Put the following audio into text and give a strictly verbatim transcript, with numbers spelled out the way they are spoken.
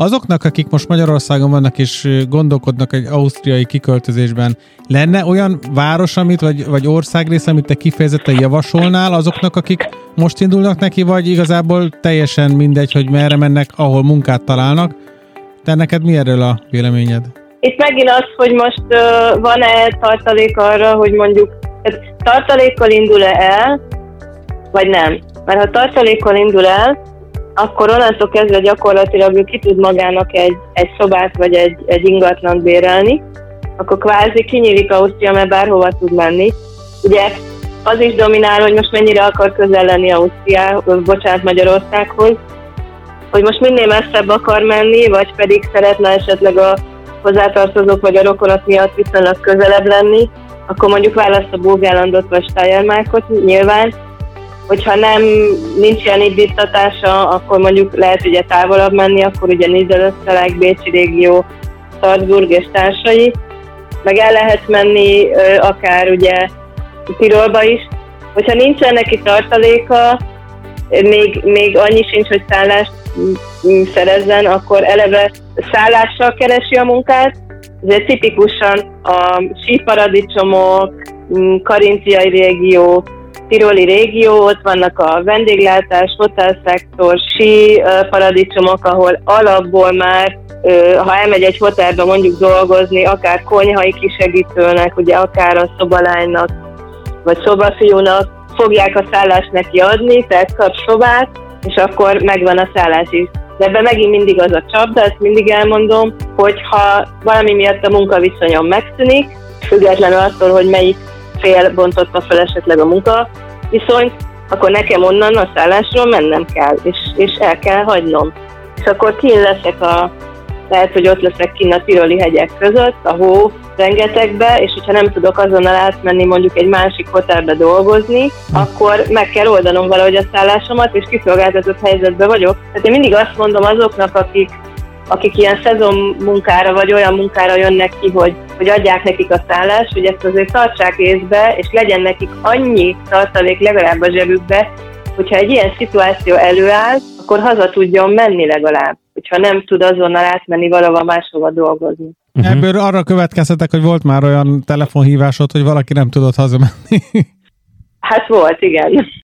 azoknak, akik most Magyarországon vannak és gondolkodnak egy ausztriai kiköltözésben, lenne olyan város, amit, vagy, vagy országrész, amit te kifejezetten javasolnál azoknak, akik most indulnak neki, vagy igazából teljesen mindegy, hogy merre mennek, ahol munkát találnak? Te neked mi erről a véleményed? Itt megint az, hogy most uh, van-e tartalék arra, hogy mondjuk tehát tartalékkal indul-e el, vagy nem. Mert ha tartalékkal indul el, akkor onnantól kezdve gyakorlatilag ő ki tud magának egy, egy szobát vagy egy, egy ingatlant bérelni, akkor kvázi kinyílik Ausztria, mert bárhova tud menni. Ugye az is dominál, hogy most mennyire akar közel lenni Ausztriához, bocsánat, Magyarországhoz, hogy most minél messzebb akar menni, vagy pedig szeretne esetleg a hozzátartozók vagy a rokonok miatt viszonylag közelebb lenni, akkor mondjuk választ a Burgenlandot vagy Steiermarkot nyilván. Hogyha nem, nincs ilyen indítatása, akkor mondjuk lehet ugye távolabb menni, akkor ugye Niederösterreich, Bécsi régió, Salzburg és társai, meg el lehet menni ö, akár ugye Tirolba is. Hogyha nincsen neki tartaléka, még, még annyi sincs, hogy szállást szerezzen, akkor eleve szállással keresi a munkát. Ez tipikusan a síparadicsomok, karinciai régió, tiroli régió, ott vannak a vendéglátás, hotelszektor, sí paradicsomok, ahol alapból már, ha elmegy egy hotelbe mondjuk dolgozni, akár konyhai kisegítőnek, ugye akár a szobalánynak, vagy szobafiúnak fogják a szállást neki adni, tehát kap szobát, és akkor megvan a szállás is. De ebben megint mindig az a csapda, ezt mindig elmondom, hogyha valami miatt a munkaviszonyom megszűnik, függetlenül attól, hogy melyik fél bontotta fel esetleg a munkaviszonyt, akkor nekem onnan a szállásról mennem kell, és, és el kell hagynom. És akkor kint leszek a, lehet, hogy ott leszek kint a tiroli hegyek között, a hó rengetegbe, és hogyha nem tudok azonnal átmenni mondjuk egy másik hotelbe dolgozni, akkor meg kell oldanom valahogy a szállásomat, és kiszolgáltatott helyzetben vagyok. Tehát én mindig azt mondom azoknak, akik akik ilyen szezon munkára vagy olyan munkára jönnek ki, hogy, hogy adják nekik a szállást, hogy ezt azért tartsák észbe, és legyen nekik annyi tartalék legalább a zsebükbe, hogyha egy ilyen szituáció előáll, akkor haza tudjon menni legalább, hogyha nem tud azonnal átmenni valahova máshova dolgozni. Uh-huh. Ebből arra következtetek, hogy volt már olyan telefonhívásod, hogy valaki nem tudott hazamenni. Hát volt, igen.